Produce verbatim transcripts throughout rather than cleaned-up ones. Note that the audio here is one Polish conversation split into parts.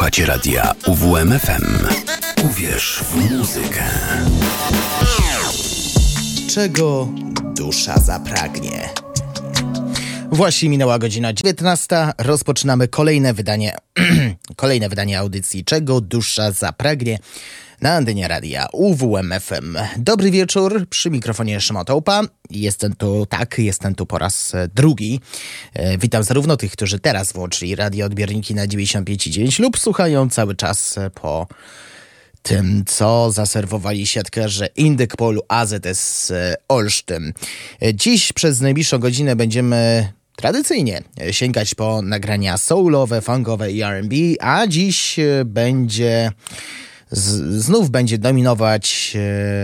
Słuchacie radia U W M F M. Uwierz w muzykę. Czego dusza zapragnie? Właśnie minęła godzina dziewiętnasta. Rozpoczynamy kolejne wydanie kolejne wydanie audycji Czego dusza zapragnie na antenie radia U W M F M. Dobry wieczór, przy mikrofonie Szymon Tołpa. Jestem tu, tak, jestem tu po raz drugi. E, witam zarówno tych, którzy teraz włączyli radioodbiorniki na dziewięćdziesiąt pięć i dziewięć lub słuchają cały czas po tym, co zaserwowali siatkarze Indykpolu A Z S Olsztyn. Dziś przez najbliższą godzinę będziemy tradycyjnie sięgać po nagrania soulowe, funkowe i R and B, a dziś będzie z, znów będzie dominować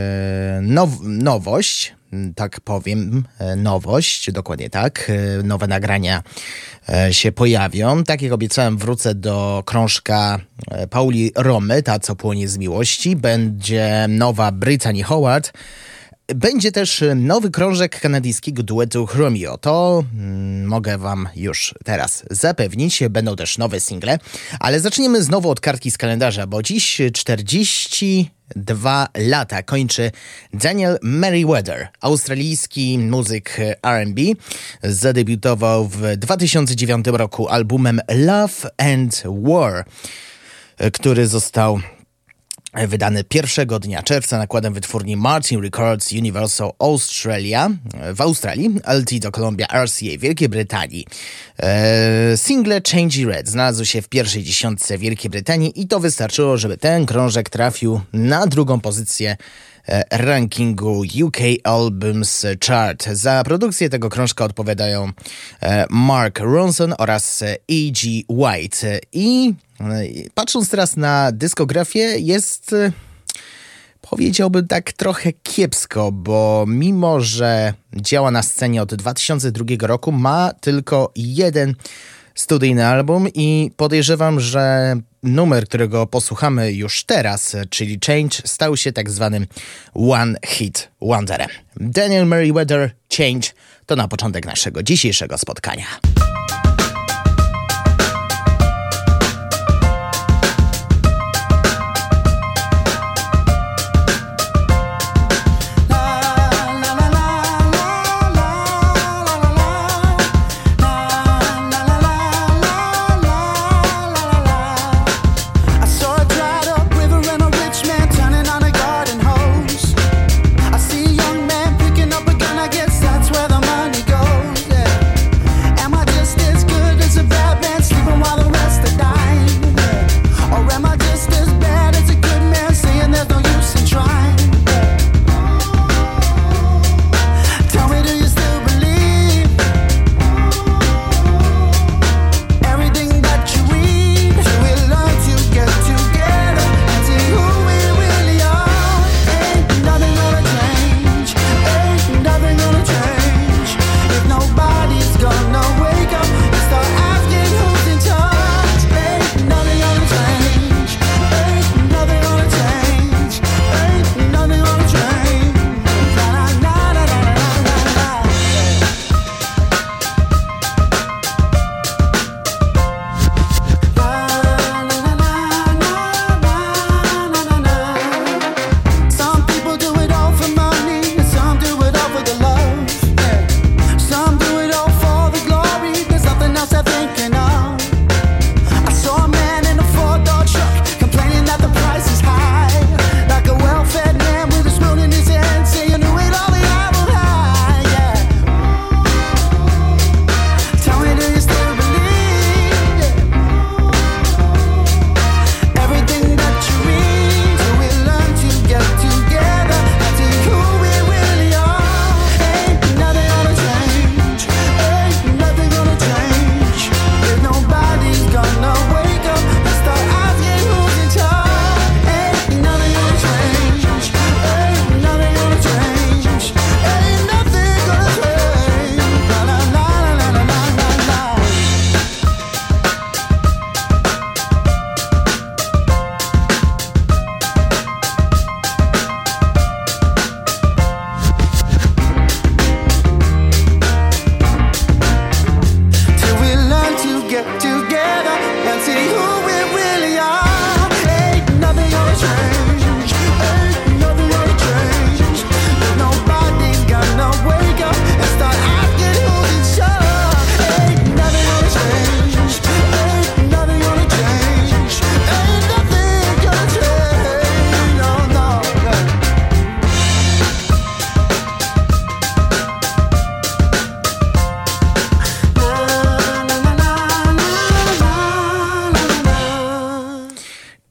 now, nowość, tak powiem, nowość, dokładnie tak, nowe nagrania się pojawią. Tak jak obiecałem, wrócę do krążka Pauli Romy, Ta co płonie z miłości. Będzie nowa Brittany Howard. Będzie też nowy krążek kanadyjskiego duetu Chromeo. To mm, mogę wam już teraz zapewnić. Będą też nowe single. Ale zaczniemy znowu od kartki z kalendarza, bo dziś czterdzieści dwa lata kończy Daniel Merriweather. Australijski muzyk R and B. Zadebiutował w dwa tysiące dziewiątym roku albumem Love and War, który został wydany pierwszego dnia czerwca nakładem wytwórni Martin Records Universal Australia w Australii, L T do Columbia R C A Wielkiej Brytanii. Eee, single Change Red znalazł się w pierwszej dziesiątce Wielkiej Brytanii i to wystarczyło, żeby ten krążek trafił na drugą pozycję rankingu U K Albums Chart. Za produkcję tego krążka odpowiadają Mark Ronson oraz E G White. I patrząc teraz na dyskografię, jest, powiedziałbym tak, trochę kiepsko, bo mimo że działa na scenie od dwa tysiące drugiego roku, ma tylko jeden studyjny album i podejrzewam, że numer, którego posłuchamy już teraz, czyli Change, stał się tak zwanym One Hit Wonderem. Daniel Merriweather, Change, to na początek naszego dzisiejszego spotkania. Just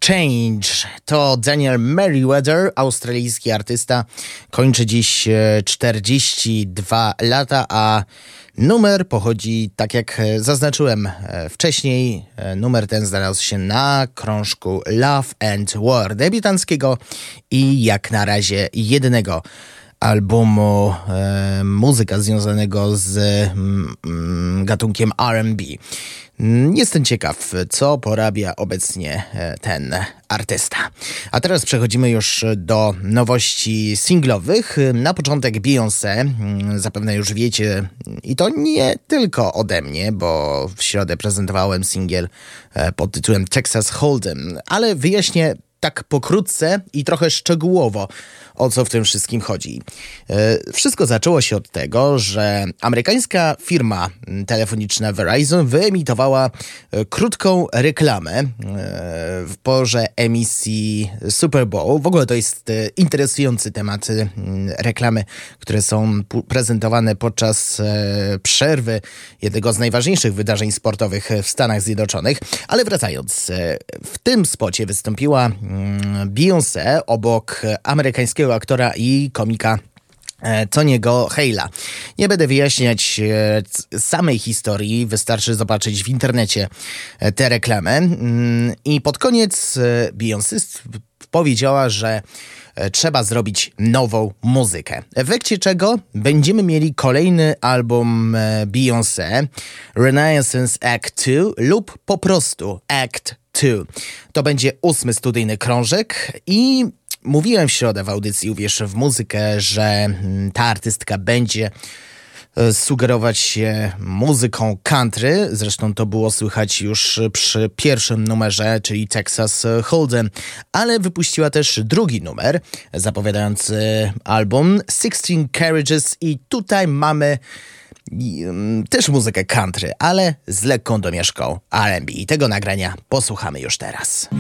Change. To Daniel Merriweather, australijski artysta. Kończy dziś czterdzieści dwa lata, a numer pochodzi, tak jak zaznaczyłem wcześniej, numer ten znalazł się na krążku Love and War debiutanckiego i jak na razie jedynego albumu e, muzyka związanego z mm, gatunkiem R and B. Jestem ciekaw, co porabia obecnie ten artysta. A teraz przechodzimy już do nowości singlowych. Na początek Beyoncé, zapewne już wiecie, i to nie tylko ode mnie, bo w środę prezentowałem singiel pod tytułem Texas Hold'em, ale wyjaśnię tak pokrótce i trochę szczegółowo, o co w tym wszystkim chodzi. Wszystko zaczęło się od tego, że amerykańska firma telefoniczna Verizon wyemitowała krótką reklamę w porze emisji Super Bowl. W ogóle to jest interesujący temat, reklamy, które są prezentowane podczas przerwy jednego z najważniejszych wydarzeń sportowych w Stanach Zjednoczonych. Ale wracając, w tym spocie wystąpiła Beyoncé obok amerykańskiego aktora i komika Tony'ego Hale'a. Nie będę wyjaśniać samej historii, wystarczy zobaczyć w internecie tę reklamę. I pod koniec Beyoncé powiedziała, że trzeba zrobić nową muzykę. W efekcie czego będziemy mieli kolejny album Beyoncé, Renaissance Act dwa lub po prostu Act dwa. To będzie ósmy studyjny krążek i mówiłem w środę w audycji Uwierz w muzykę, że ta artystka będzie sugerować się muzyką country. Zresztą to było słychać już przy pierwszym numerze, czyli Texas Hold'em, ale wypuściła też drugi numer zapowiadający album sixteen Carriages i tutaj mamy też muzykę country, ale z lekką domieszką R and B. I tego nagrania posłuchamy już teraz.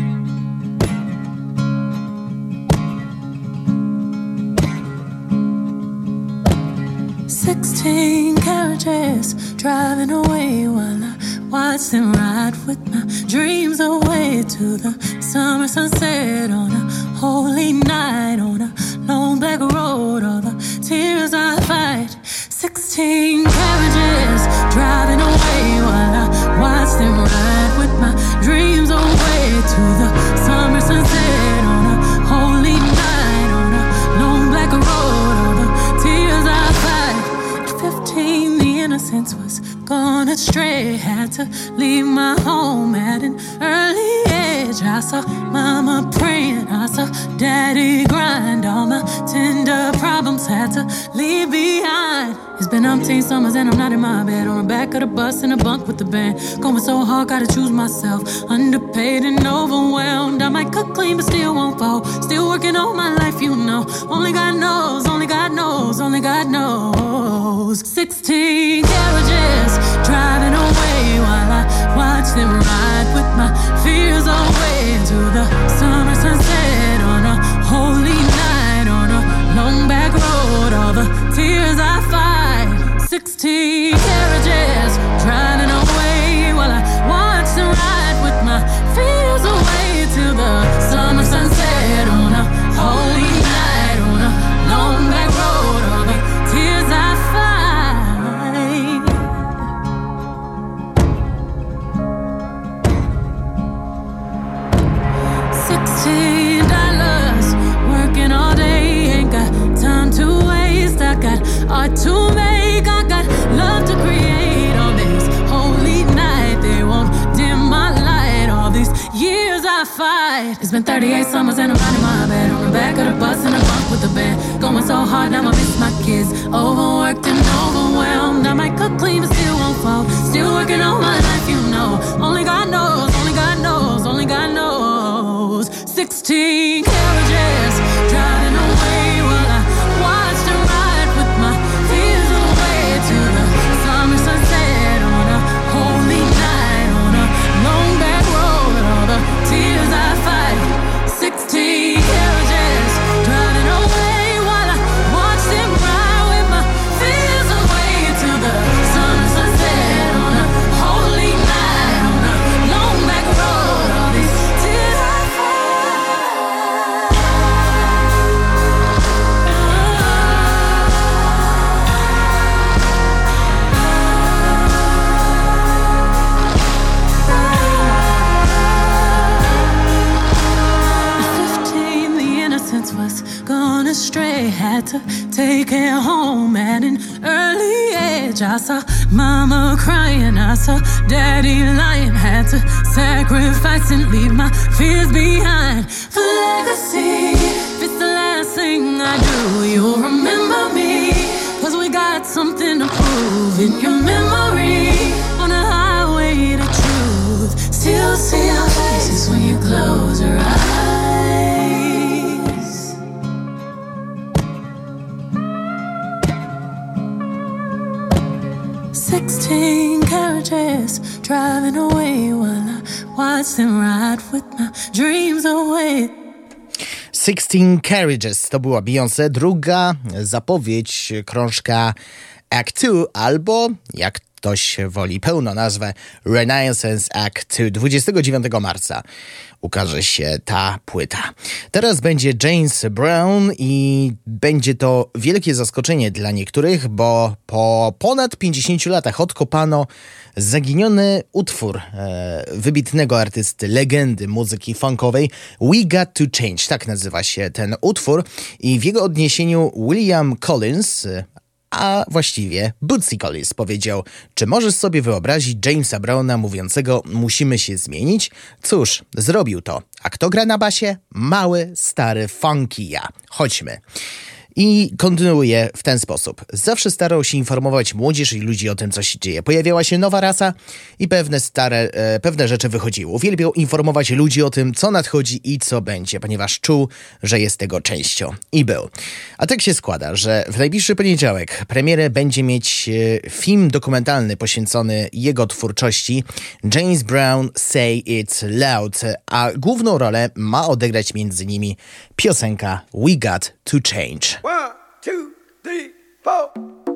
Sixteen carriages driving away while I watch them ride with my dreams away to the summer sunset on a holy night on a long black road. All the tears I fight. Sixteen carriages driving away while I watch them ride with my dreams away to the summer sunset on a holy night on a long black road. All the tears I fight. Fifteen, the innocence was gone astray. Had to leave my home at an early age. I saw mama praying, I saw daddy grind. All my tender problems had to leave behind. It's been umpteen summers and I'm not in my bed, on the back of the bus in a bunk with the band. Going so hard, gotta choose myself. Underpaid and overwhelmed. I might cook clean but still won't fall. Still working all my life, you know. Only God knows, only God knows, only God knows. Sixteen carriages driving away while I watch them ride with my fears away to the summer sunset on a holy night on a long back road. All the tears I fight. Sixteen carriages driving away while I watch them ride with my fears away to the summer sunset on a holy night on a long back road. All the tears I fight. Sixteen dollars working all day, ain't got time to waste. I got art to make, I got love to create. On this holy night, they won't dim my light. All these years I fight. It's been thirty-eight summers and I'm not in my bed, on the back of the bus in a bunk with the band. Going so hard, now I miss my kids. Overworked and overwhelmed. I might cook clean but still won't fall. Still working all my life, you know. Only God knows, only God knows, only God knows. Sixteen carriages driving away while I watch them ride with my fears away to the summer sunset on a holy night on a long back road. All the tears I fight. Sixteen carriages driving away while I watch them ride with my fears away to the summer sunset on a holy night on a long back road. All these tears I fight. astray, had to take it home at an early age. I saw mama crying, I saw daddy lying, had to sacrifice and leave my fears behind. For legacy, if it's the last thing I do, you'll remember me, cause we got something to prove in your memory. On a highway to truth, still see our faces when you close your eyes. Sixteen carriages driving away while I watch them ride with my dreams away. Sixteen Carriages to była Beyoncé, druga zapowiedź krążka Act Two, albo jak ktoś woli pełną nazwę, Renaissance Act Two. dwudziestego dziewiątego marca ukaże się ta płyta. Teraz będzie James Brown i będzie to wielkie zaskoczenie dla niektórych, bo po ponad pięćdziesięciu latach odkopano zaginiony utwór e, wybitnego artysty, legendy muzyki funkowej We Got to Change, tak nazywa się ten utwór, i w jego odniesieniu William Collins, a właściwie Bootsy Collins, powiedział: czy możesz sobie wyobrazić Jamesa Browna mówiącego musimy się zmienić? Cóż, zrobił to. A kto gra na basie? Mały, stary, funky ja. Chodźmy. I kontynuuje w ten sposób. Zawsze starał się informować młodzież i ludzi o tym, co się dzieje. Pojawiała się nowa rasa i pewne stare, e, pewne rzeczy wychodziły. Uwielbiał informować ludzi o tym, co nadchodzi i co będzie, ponieważ czuł, że jest tego częścią. I był. A tak się składa, że w najbliższy poniedziałek premierę będzie mieć e, film dokumentalny poświęcony jego twórczości, James Brown Say It Loud, a główną rolę ma odegrać między innymi piosenka We Got to Change. One, two, three, four.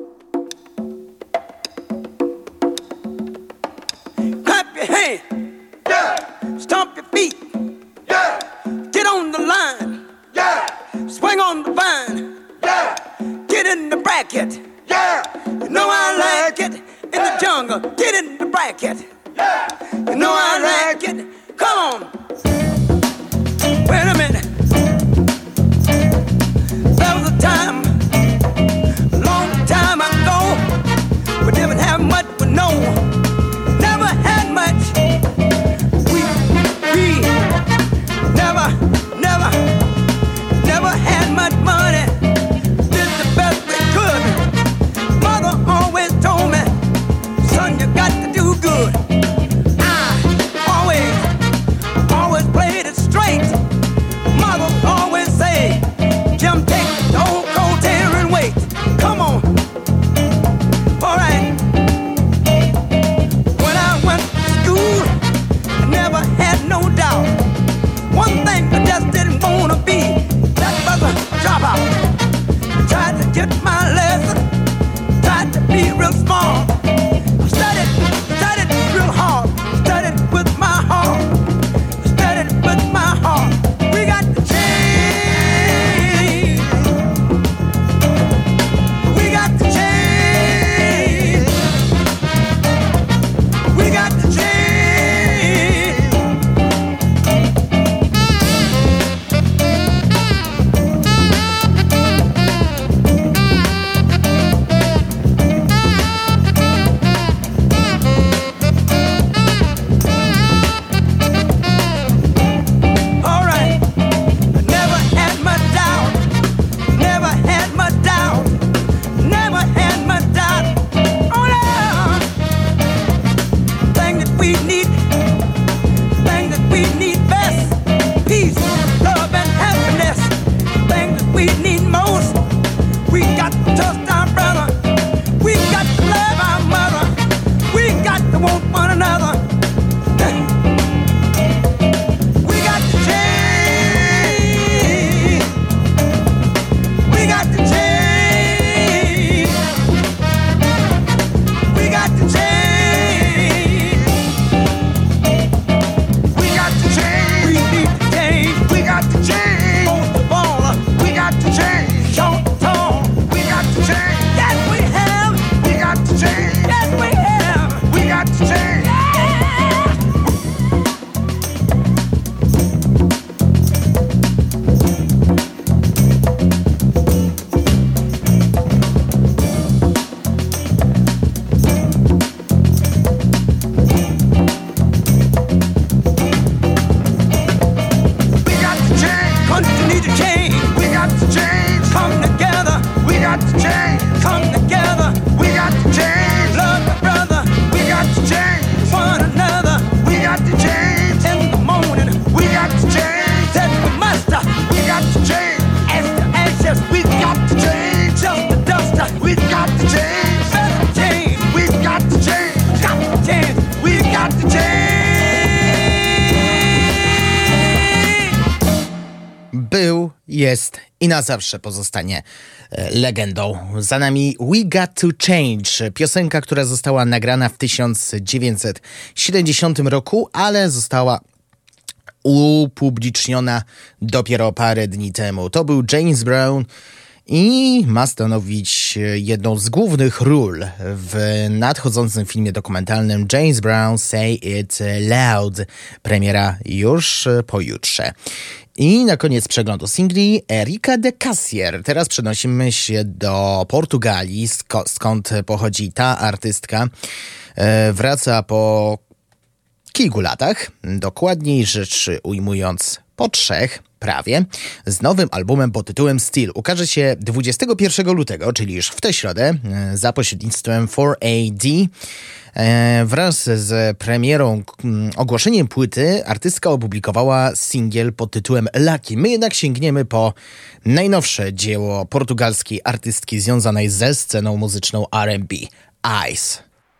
Clap your hands. Yeah. Stomp your feet. Yeah. Get on the line. Yeah. Swing on the vine. Yeah. Get in the bracket. Yeah. You know I like it. In the jungle. Get in the bracket. Yeah. You know I like it. Come on. Wait a minute. There was a time, a long time ago, we didn't have much, but no, never had much, był, jest i na zawsze pozostanie legendą. Za nami We Got to Change, piosenka, która została nagrana w tysiąc dziewięćset siedemdziesiątym roku, ale została upubliczniona dopiero parę dni temu. To był James Brown i ma stanowić jedną z głównych ról w nadchodzącym filmie dokumentalnym James Brown Say It Loud. Premiera już pojutrze. I na koniec przeglądu singli Erika de Casier. Teraz przenosimy się do Portugalii, sk- skąd pochodzi ta artystka. E, wraca po kilku latach, dokładniej rzecz ujmując po trzech prawie, z nowym albumem pod tytułem Still. Ukaże się dwudziestego pierwszego lutego, czyli już w tę środę, za pośrednictwem cztery A D. Wraz z premierą, ogłoszeniem płyty, artystka opublikowała singiel pod tytułem Lucky. My jednak sięgniemy po najnowsze dzieło portugalskiej artystki związanej ze sceną muzyczną R and B, Ice.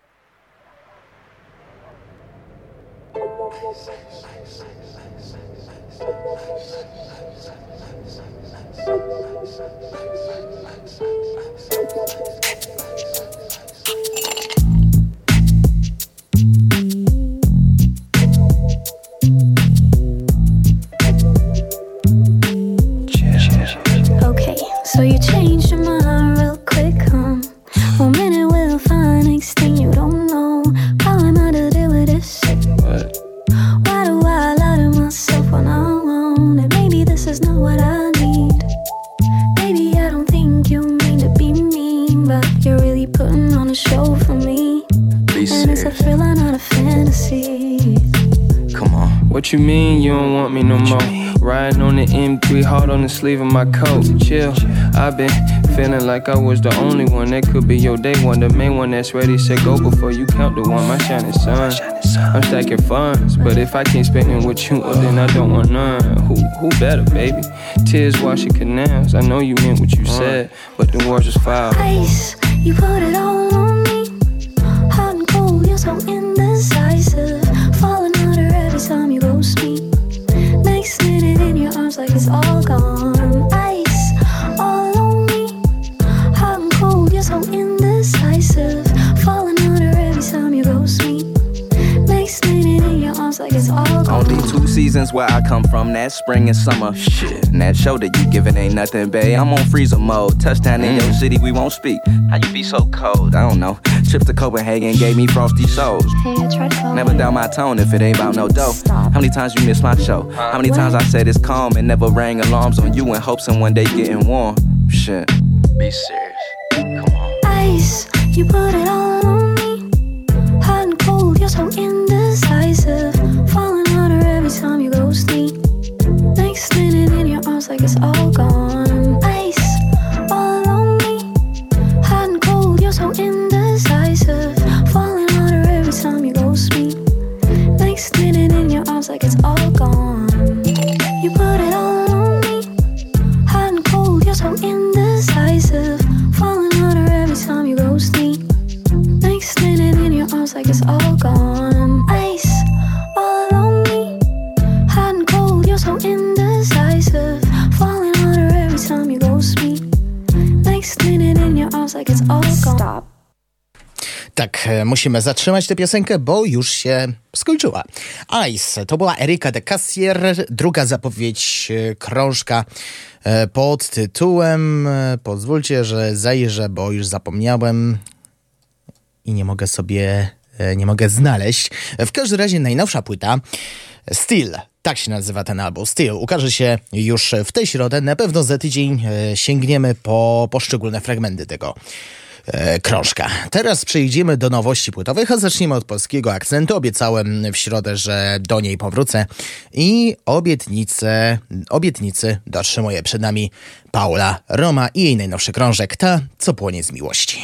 So you changed your mind real quick, huh? One minute we're fine, next thing you don't know. How am I to deal with this shit? What? Why do I lie to myself when I want it? Maybe this is not what I need. Baby, I don't think you mean to be mean, but you're really putting on a show for me. Be and serious. It's a thriller, not a fantasy. Come on. What you mean you don't want me no what more? Riding on the M three, hard on the sleeve of my coat. Chill, I've been feeling like I was the only one that could be your day one, the main one that's ready, set, go before you count the one, my shining sun. I'm stacking funds, but if I can't spend it with you, well, then I don't want none. Who, who better, baby? Tears washing canals. I know you meant what you said, but the words was foul. Ice, you put it all on me. Hot and cold, you're so indecisive. Falling harder every time you roast me. Next minute in your arms like it's all gone. Ice all on me. Hot and cold, you're so indecisive. Falling harder every time you roast me. Next minute in your arms like it's all gone. Only two seasons where I come from, that spring and summer. Shit, and that show that you giving ain't nothing, babe. I'm on freezer mode. Touchdown in mm. your city, we won't speak. How you be so cold? I don't know. Trips to Copenhagen gave me frosty souls. Hey, I tried to call Never you. down my tone if it ain't about no dough. Stop. How many times you missed my show? How many What? times I said it's calm and never rang alarms on you in hopes of one day getting warm? Shit. Be serious. Come on. Ice, you put it all on me. Hot and cold, you're so indecisive. Falling harder every time you roast me. Next minute in your arms like it's all gone. Ice all on me. Hot and cold, you're so indecisive. Falling harder every time you roast me. Next minute in your arms like it's all gone. You put it all on me. Hot and cold, you're so indecisive. Falling harder every time you roast me. Next minute in your arms like it's all gone. Ice all on me. Hot and cold, you're so indecisive. Falling harder every time you roast me. Next minute in your arms like it's all gone. Stop. Tak, musimy zatrzymać tę piosenkę, bo już się skończyła. Ice, to była Erika de Casier, druga zapowiedź krążka pod tytułem, pozwólcie, że zajrzę, bo już zapomniałem i nie mogę sobie, nie mogę znaleźć. W każdym razie najnowsza płyta, Still, tak się nazywa ten album, Still, ukaże się już w tę środę. Na pewno za tydzień sięgniemy po poszczególne fragmenty tego krążka. Teraz przejdziemy do nowości płytowych, a zaczniemy od polskiego akcentu. Obiecałem w środę, że do niej powrócę i obietnice, obietnicy dotrzymuje przed nami Paula Roma i jej najnowszy krążek, Ta, co płonie z miłości.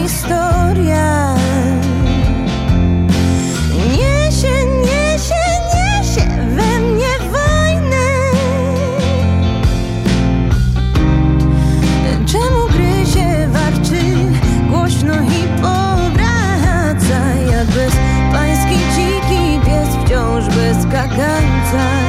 historia. Niesie, niesie, niesie we mnie wojnę. Czemu gryzie, warczy głośno i powraca, jak bezpański dziki pies wciąż bez kagańca.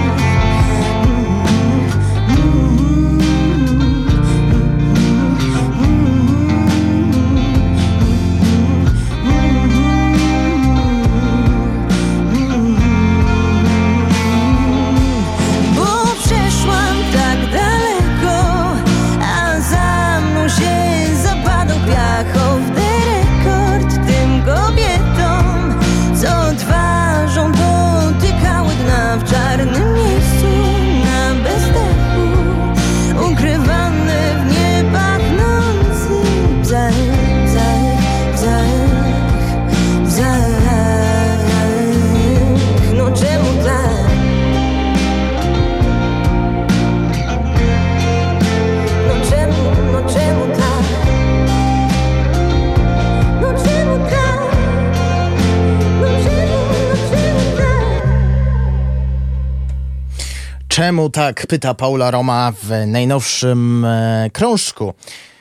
Czemu tak? Pyta Paula Roma w najnowszym e, krążku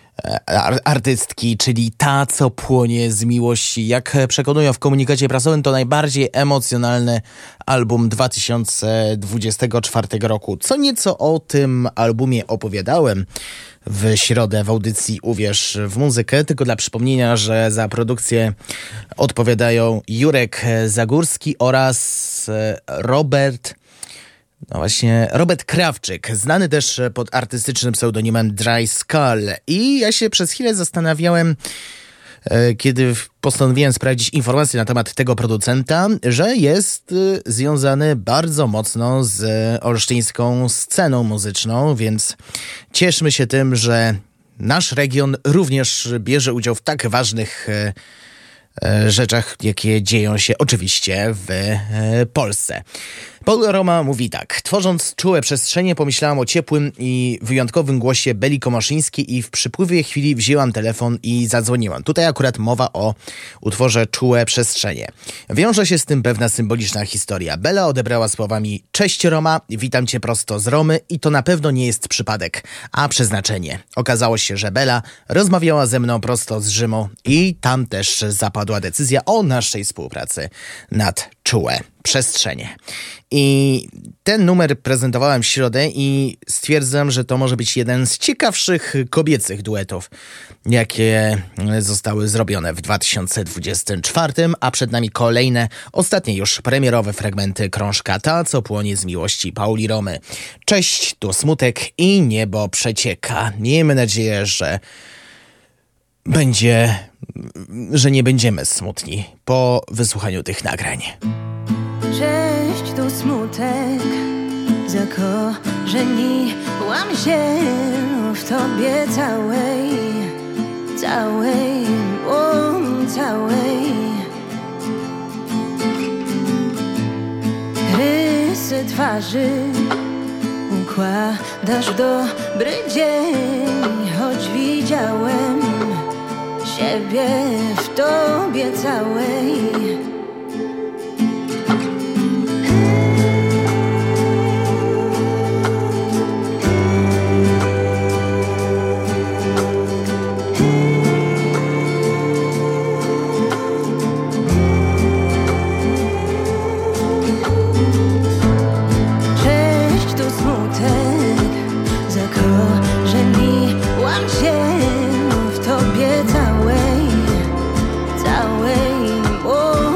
e, artystki, czyli Ta, co płonie z miłości. Jak przekonują w komunikacie prasowym, to najbardziej emocjonalny album dwa tysiące dwudziestego czwartego roku. Co nieco o tym albumie opowiadałem w środę w audycji Uwierz w muzykę, tylko dla przypomnienia, że za produkcję odpowiadają Jurek Zagórski oraz Robert No właśnie, Robert Krawczyk, znany też pod artystycznym pseudonimem Dry Skull. I ja się przez chwilę zastanawiałem, kiedy postanowiłem sprawdzić informacje na temat tego producenta, że jest związany bardzo mocno z olsztyńską sceną muzyczną, więc cieszmy się tym, że nasz region również bierze udział w tak ważnych rzeczach, jakie dzieją się oczywiście w Polsce. Paul Roma mówi tak. Tworząc czułe przestrzenie, pomyślałam o ciepłym i wyjątkowym głosie Beli Komaszyńskiej i w przypływie chwili wzięłam telefon i zadzwoniłam. Tutaj akurat mowa o utworze Czułe przestrzenie. Wiąże się z tym pewna symboliczna historia. Bela odebrała słowami: cześć Roma, witam cię prosto z Romy i to na pewno nie jest przypadek, a przeznaczenie. Okazało się, że Bela rozmawiała ze mną prosto z Rzymu i tam też zapadła decyzja o naszej współpracy nad Czułe przestrzenie. I ten numer prezentowałem w środę i stwierdzam, że to może być jeden z ciekawszych kobiecych duetów, jakie zostały zrobione w dwa tysiące dwudziestym czwartym, a przed nami kolejne, ostatnie już premierowe fragmenty krążka Ta, co płonie z miłości Pauli Romy. Cześć, tu Smutek i niebo przecieka. Miejmy nadzieję, że będzie, że nie będziemy smutni po wysłuchaniu tych nagrań. Cześć, tu Smutek, zakorzeniłam się w tobie całej, całej, o, całej. Rysy twarzy układasz w dobry dzień, choć widziałem siebie w tobie całej. Całej, całej, o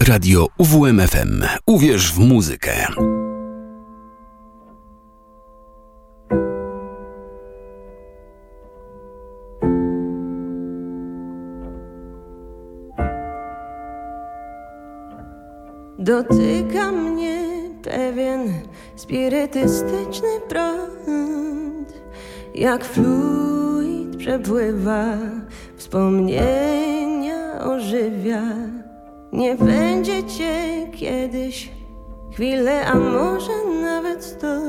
Radio U W M F M. Uwierz w muzykę. Dotyka mnie pewien spirytystyczny prąd, jak fluid przepływa, wspomnienia ożywia. Nie będzie cię kiedyś chwilę, a może nawet sto.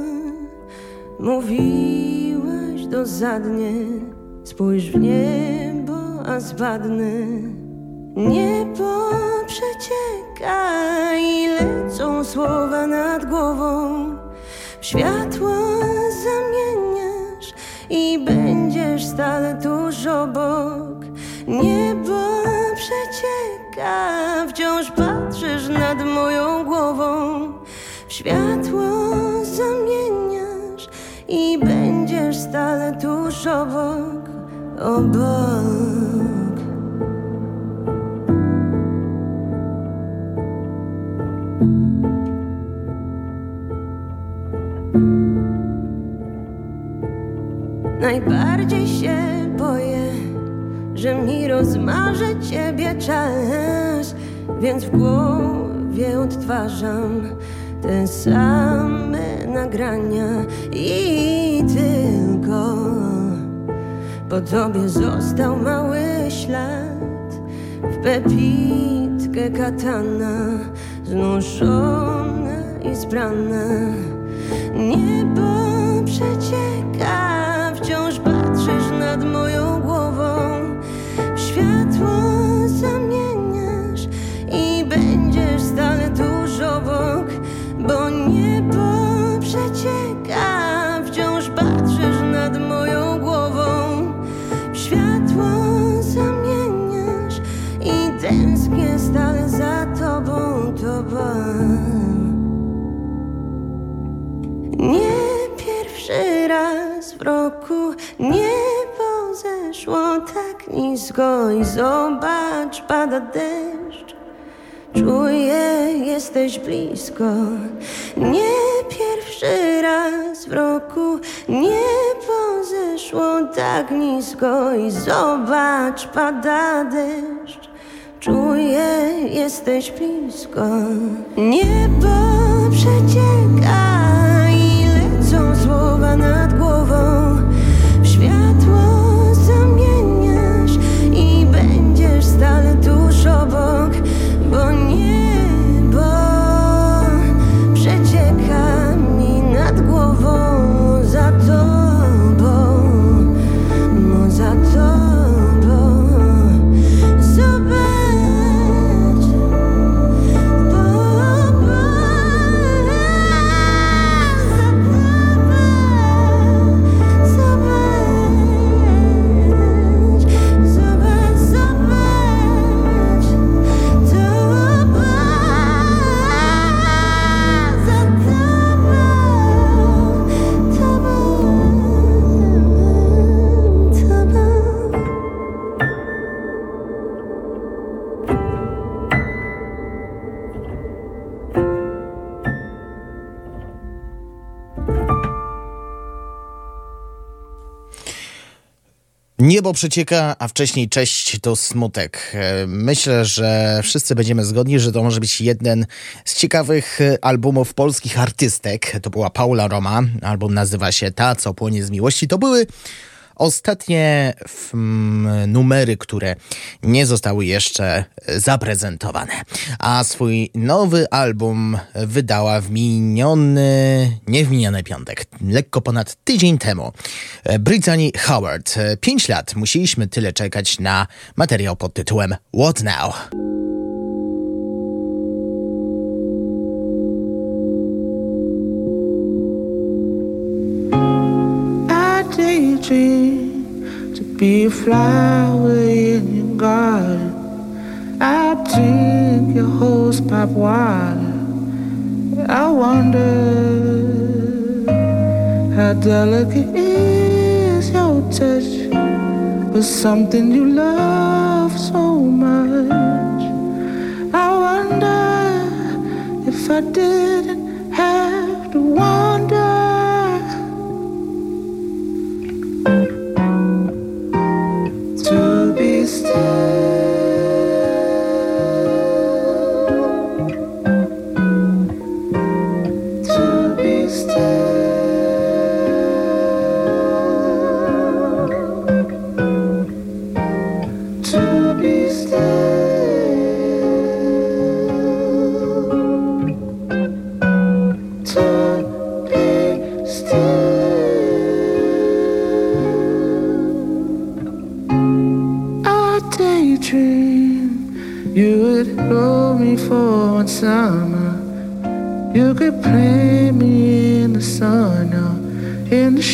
Mówiłaś dosadnie, spójrz w niebo, a zbadnę. Niebo przecieka i lecą słowa nad głową. W światło zamieniasz i będziesz stale tuż obok. Niebo przecieka, wciąż patrzysz nad moją głową. W światło zamieniasz i będziesz stale tuż obok, obok. Najbardziej się boję, że mi rozmarzy ciebie czas, więc w głowie odtwarzam te same nagrania i tylko po tobie został mały ślad w pepitkę katana, znużona i zbrana. Niebo przecieka, wciąż patrzysz nad moją głową. W światło zamieniasz i będziesz stale tuż obok, bo niebo przecieka, wciąż patrzysz nad moją głową. W światło zamieniasz i tęsknię stale za tobą, tobą. Nie pierwszy raz w roku niebo zeszło tak nisko i zobacz, pada deszcz. Czuję, jesteś blisko. Nie pierwszy raz w roku niebo zeszło tak nisko i zobacz, pada deszcz. Czuję, jesteś blisko. Niebo przecieka i lecą słowa nad głową. W światło zamieniasz i będziesz stale tuż obok, bo niebo przecieka mi nad głową. Za tobą, no za tobą. Zobacz, Niebo przecieka, a wcześniej cześć to smutek. Myślę, że wszyscy będziemy zgodni, że to może być jeden z ciekawych albumów polskich artystek. To była Paula Roma. Album nazywa się Ta, co płonie z miłości. To były ostatnie mm, numery, które nie zostały jeszcze zaprezentowane. A swój nowy album wydała w miniony, nie w miniony piątek, lekko ponad tydzień temu. Brittany Howard. Pięć lat musieliśmy tyle czekać na materiał pod tytułem What Now? Daydream to be a flower in your garden. I drink your hose pipe water. I wonder how delicate is your touch, but something you love so much. I wonder if I didn't have to wonder. To be still. For one summer, you could play me in the sun or in the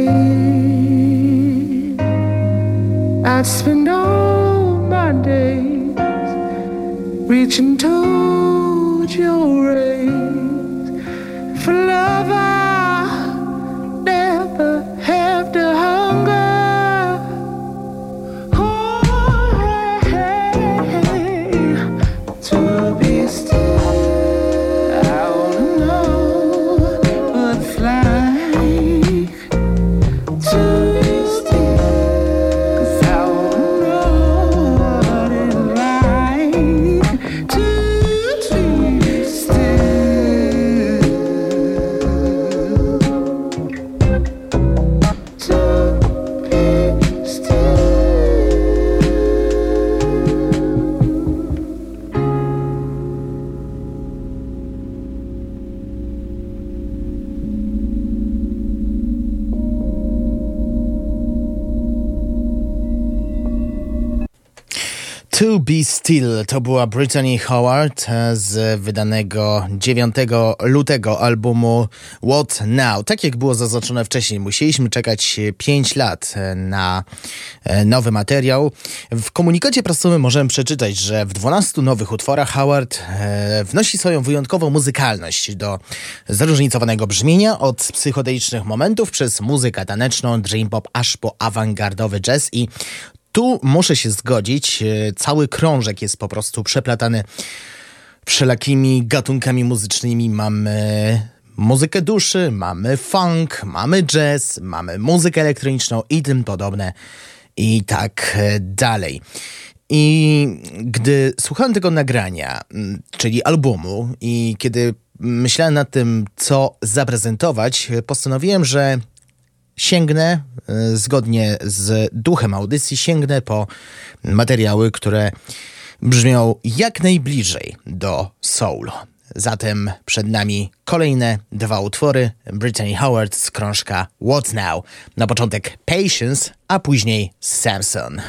shade. I'd spend all my days reaching towards your rays. For love, I never have to hunger. To Be Still to była Brittany Howard z wydanego dziewiątego lutego albumu What Now. Tak jak było zaznaczone wcześniej, musieliśmy czekać pięć lat na nowy materiał. W komunikacie prasowym możemy przeczytać, że w dwunastu nowych utworach Howard wnosi swoją wyjątkową muzykalność do zróżnicowanego brzmienia, od psychodelicznych momentów przez muzykę taneczną, dream pop, aż po awangardowy jazz. I tu muszę się zgodzić, cały krążek jest po prostu przeplatany wszelakimi gatunkami muzycznymi. Mamy muzykę duszy, mamy funk, mamy jazz, mamy muzykę elektroniczną i tym podobne i tak dalej. I gdy słuchałem tego nagrania, czyli albumu, i kiedy myślałem nad tym, co zaprezentować, postanowiłem, że sięgnę, zgodnie z duchem audycji, sięgnę po materiały, które brzmią jak najbliżej do soulu. Zatem przed nami kolejne dwa utwory Brittany Howard z krążka What Now. Na początek Patience, a później Samson.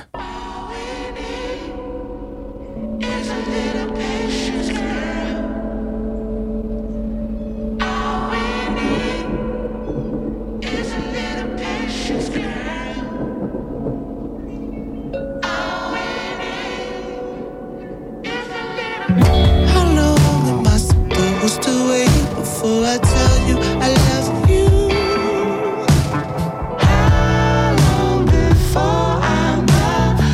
Before I tell you I love you, how long before I'm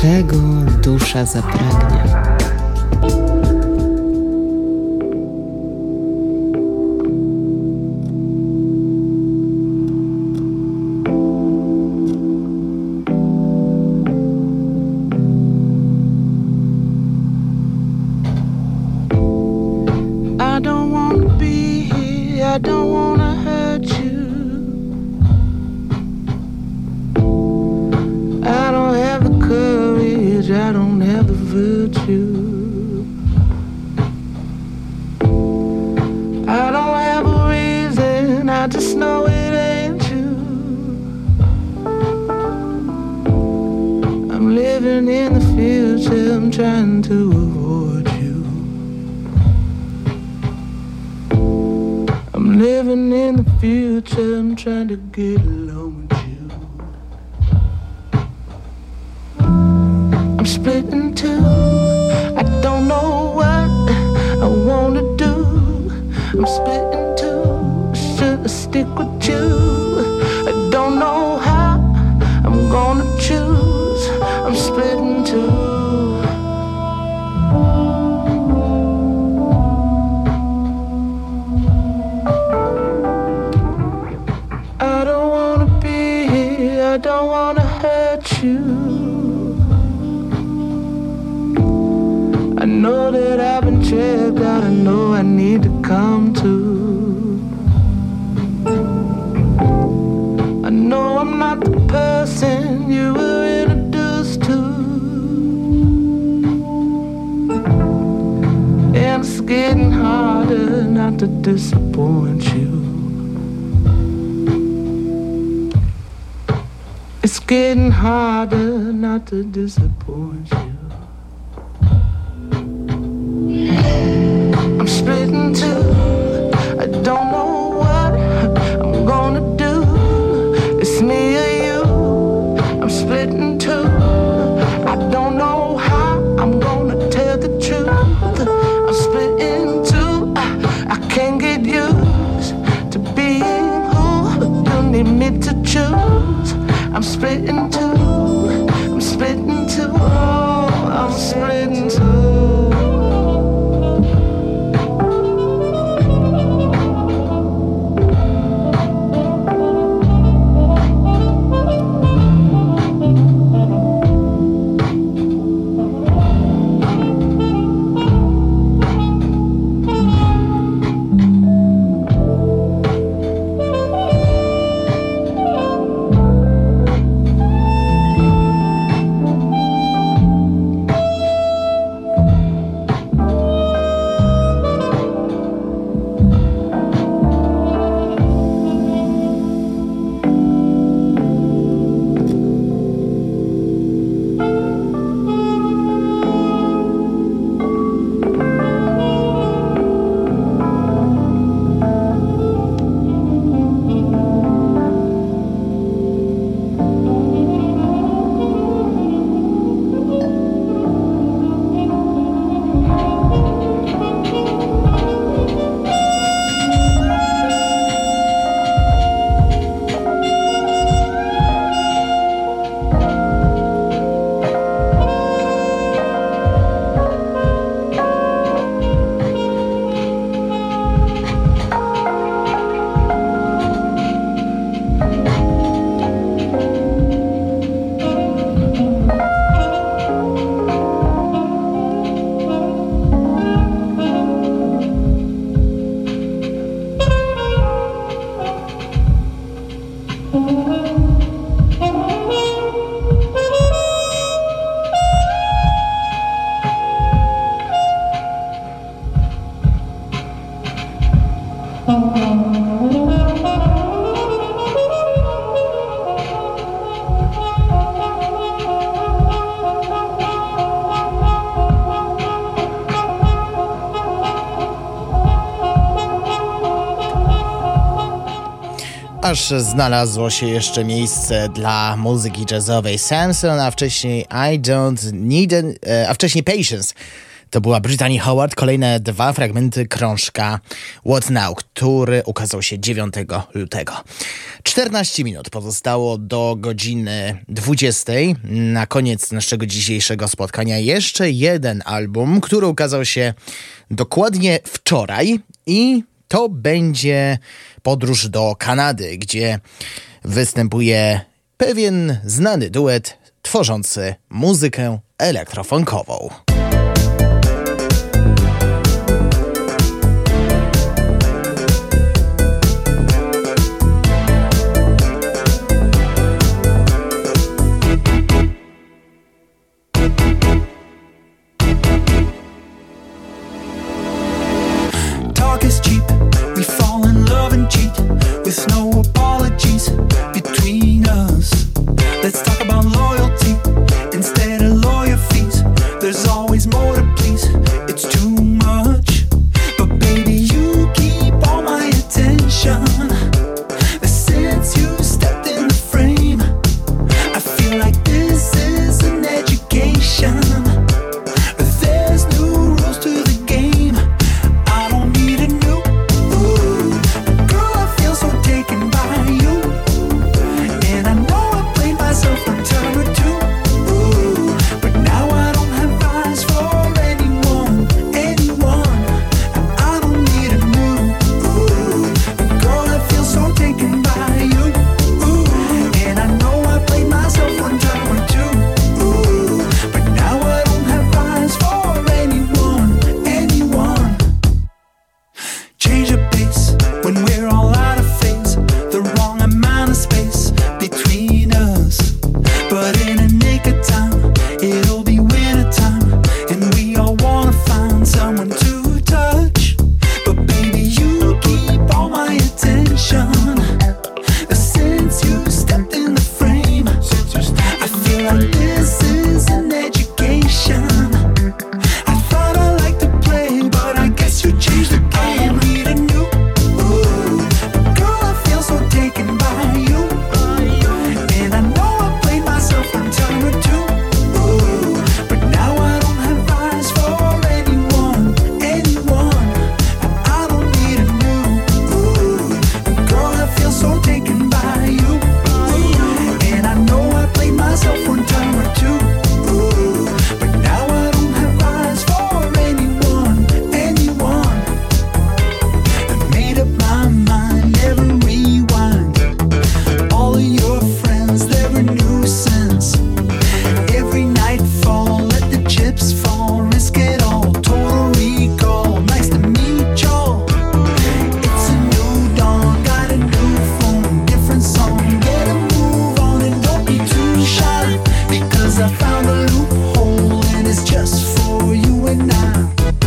czego dusza zapragnie. I don't wanna be here, I don't wanna hurt you. I don't have the courage, I don't have the virtue. I don't have a reason, I just know it ain't you. I'm living in the future, I'm trying to avoid you. I'm living in the future, I'm trying to get along with you. I'm split in two, I don't know what I wanna do. I'm split in two, should I stick with you? I don't know how I'm gonna choose. I'm split in two. I don't wanna be here, I don't wanna hurt you. I know that I've been checked out, I know I need to come to. I know I'm not the person you were introduced to. And it's getting harder not to disappoint you. It's getting harder not to disappoint you. I'm split in two, I don't know what I'm gonna do. It's me or you, I'm split in two. I don't know how I'm gonna tell the truth. I'm split in two, I, I can't get used to being who you need me to choose. I'm split in two, I'm split in two, oh, I'm split in two. Aż znalazło się jeszcze miejsce dla muzyki jazzowej Samson, a wcześniej I Don't Need, a, a wcześniej Patience. To była Brittany Howard. Kolejne dwa fragmenty krążka What Now, który ukazał się dziewiątego lutego. czternaście minut pozostało do godziny dwudziestej. Na koniec naszego dzisiejszego spotkania jeszcze jeden album, który ukazał się dokładnie wczoraj i to będzie podróż do Kanady, gdzie występuje pewien znany duet tworzący muzykę elektrofunkową. Talk is cheap, we fall in love and cheat with no apologies between us. Let's talk about loyalty instead of lawyer fees. There's always more to please, it's too much. But baby, you keep all my attention. Since you stepped in the frame, I feel like this is an education. There's new rules to the game. I don't need a new ooh. Girl, I feel so taken by you. And I know I played myself a time or two. Ooh. But now I don't have eyes for anyone, anyone. I don't need a new ooh. Girl, I feel so taken by you. Ooh. And I know I played myself one time or two. Ooh. But now I don't have eyes for anyone, anyone. Change the pace when we're all out of phase. The wrong amount of space between us. But in a nick of time, it'll be winter time, and we all wanna find someone to touch. But baby, you keep all my attention. Since you stepped in the frame, I feel like this is an education. I thought I liked to play, but I guess you changed the game. Need a new ooh. Girl, I feel so taken by you. And I know I played myself one time or two. Ooh. But now I don't have eyes for anyone, anyone. I don't need a new ooh. Girl, I feel so taken by you. Ooh. And I know I played myself one time or two. Ooh. But now I don't have eyes for anyone, anyone. I made up my mind, never rewind. All of your friends, they're a nuisance. Every nightfall, let the chips fall, risk it all, total recall. Nice to meet y'all. It's a new dawn, got a new phone, different song. Get a move on and don't be too shy, because I found a loophole and it's just for you and I.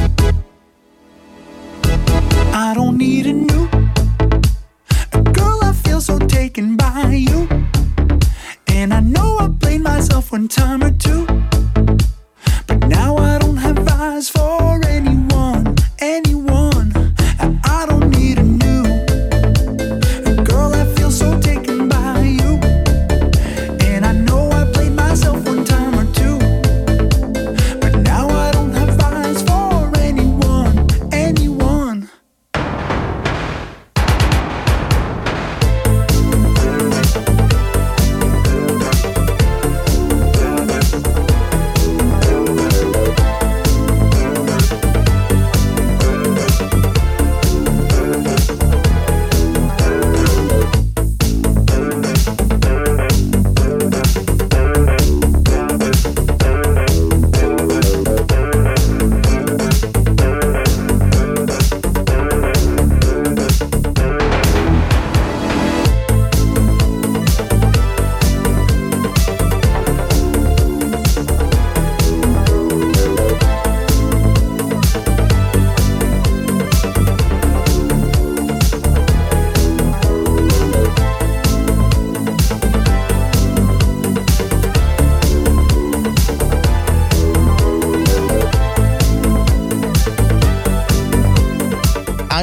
I don't need a new girl, I feel so taken by you. And I know I played myself one time or two. But now I don't have eyes for anyone, anyone. And I don't need a new girl, I feel so taken by you. And I know I played myself one time or two. But now I don't have eyes for anyone, anyone.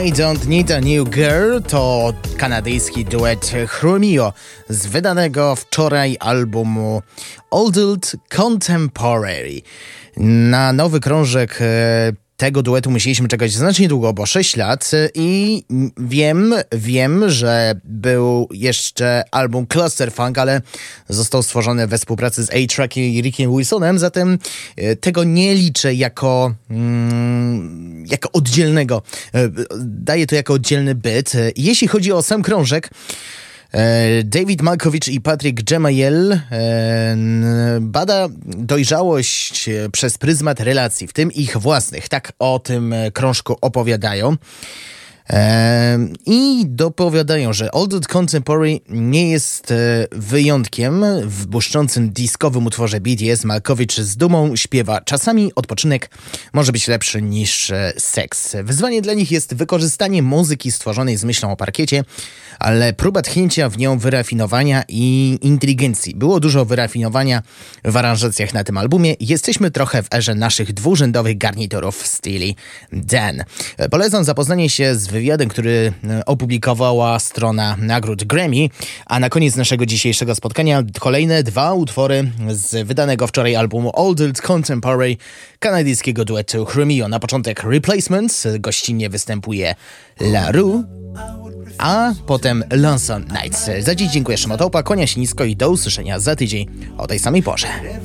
I Don't Need a New Girl to kanadyjski duet Chromio z wydanego wczoraj albumu Old Contemporary. Na nowy krążek tego duetu musieliśmy czekać znacznie długo, bo sześć lat i wiem, wiem, że był jeszcze album Clusterfunk, ale został stworzony we współpracy z A-Track i Rickiem Wilsonem, zatem tego nie liczę jako, mm, jako oddzielnego. Daję to jako oddzielny byt. Jeśli chodzi o sam krążek, David Malkovich i Patrick Gemayel bada dojrzałość przez pryzmat relacji, w tym ich własnych. Tak o tym krążku opowiadają. I dopowiadają, że Old Contemporary nie jest wyjątkiem. W błyszczącym diskowym utworze B T S Malkovich z dumą śpiewa: czasami odpoczynek może być lepszy niż seks. Wyzwanie dla nich jest wykorzystanie muzyki stworzonej z myślą o parkiecie, ale próba tchnięcia w nią wyrafinowania i inteligencji. Było dużo wyrafinowania w aranżacjach na tym albumie. Jesteśmy trochę w erze naszych dwurzędowych garniturów w stylu Dan. Polecam zapoznanie się z wywiadem, który opublikowała strona nagród Grammy, a na koniec naszego dzisiejszego spotkania kolejne dwa utwory z wydanego wczoraj albumu Old Contemporary kanadyjskiego duetu Chromio. Na początek Replacements, gościnnie występuje La Rue, a potem Lonesome Nights. Za dziś dziękuję, Szymotołpa, kłania się nisko i do usłyszenia za tydzień o tej samej porze.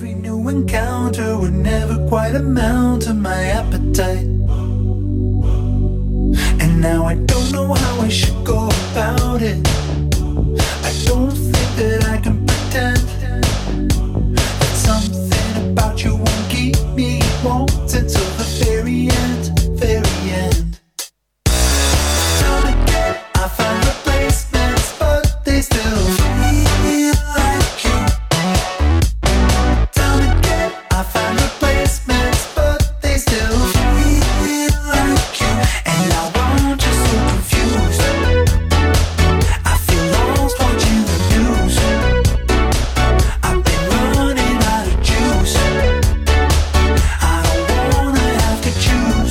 And now I don't know how I should go about it. I don't think that I can pretend that something about you won't keep me wanting till the very end, very end. Time again, I find replacements, but they still feel like you. Time again, I find replacements, but they still feel like you. And now I'm just so confused. I feel lost watching the news. I've been running out of juice. I don't wanna have to choose.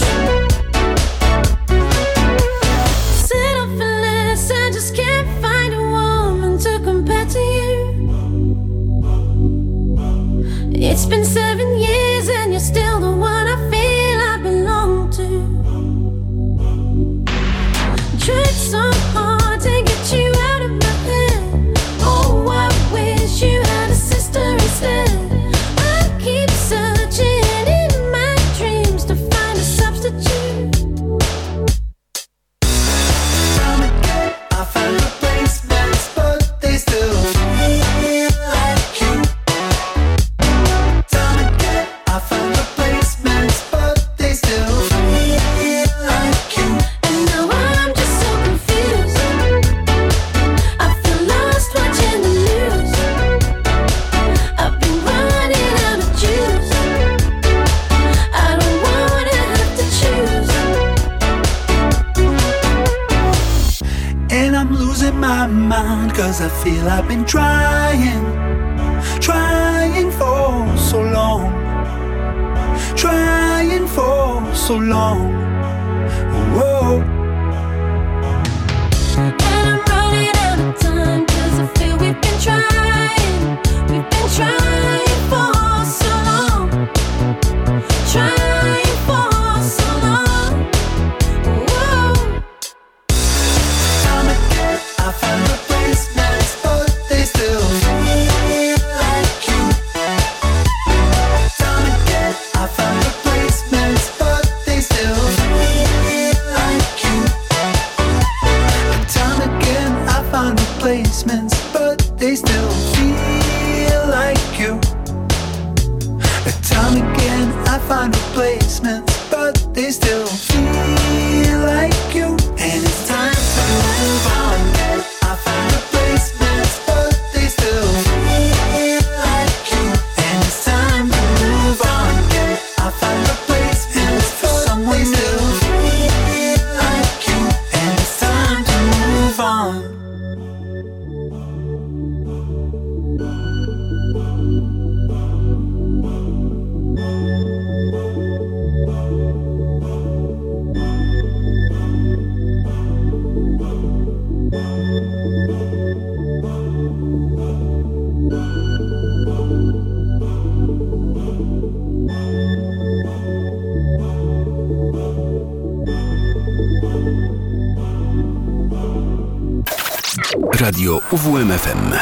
Sit up and listen, just can't find a woman to compare to you. It's been seven years and you're still the one I feel I belong to. Tried so hard to get you out of my head. Oh, I wish you had a sister instead. I keep searching in my dreams to find a substitute. Time again, I find replacements, but they still feel like you. Time again, I find replacements, but they still feel like you. And now I'm just so confused. I feel lost watching the news. I've been running out of juice. I don't wanna have to choose. And I'm losing my mind, cause I feel I've been trying, trying for so long, trying for so long. Whoa. And I'm running out of time, cause I feel we've been trying. We've been trying for so long. Trying for so long. Whoa. Time again, I find replacements, but they still feel like you. Time again, I find replacements, but they still feel like you. Time again, I find replacements, but they still feel like you. Time again, I find replacements, but they still feel like you. And it's time to move on. I find replacements, but they still feel like you. And it's time to move on. I find replacements for someone they still feel like you. And it's time to move on. Radio U W M F M.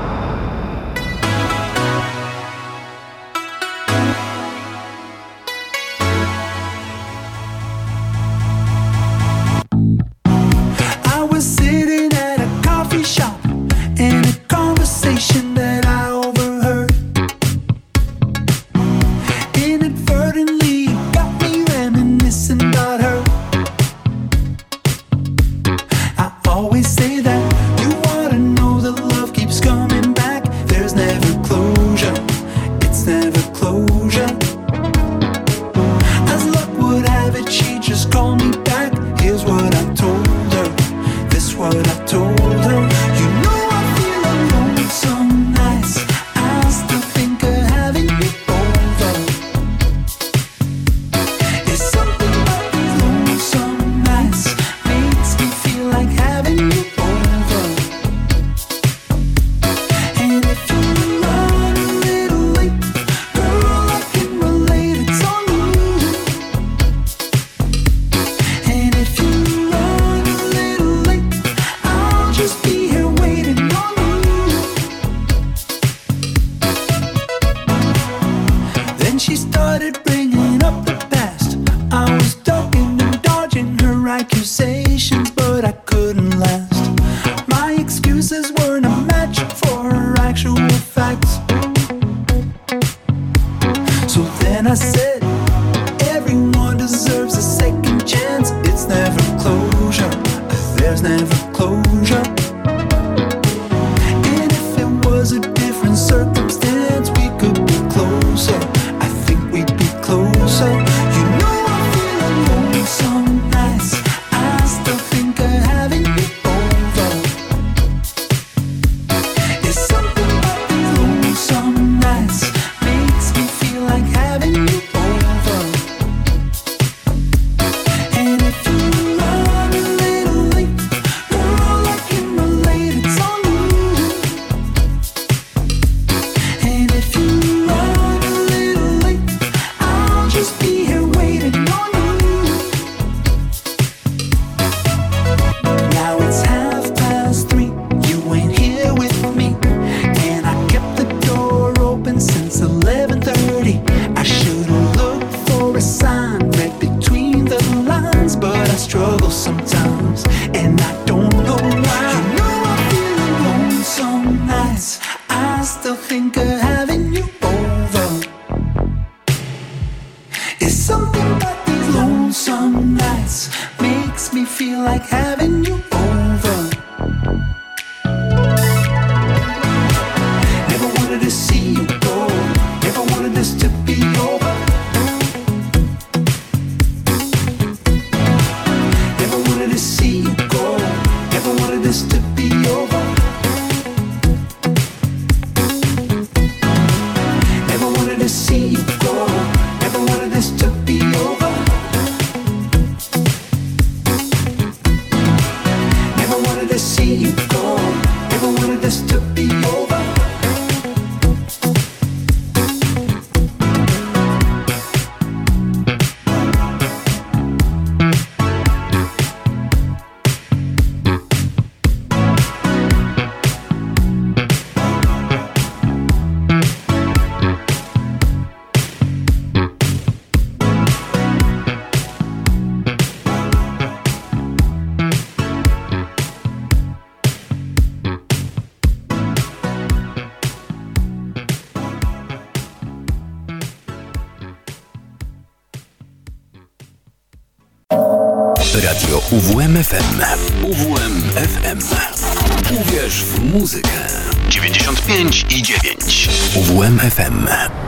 Radio U W M F M. U W M F M. Uwierz w muzykę. dziewięćdziesiąt pięć i dziewięć. U W M F M.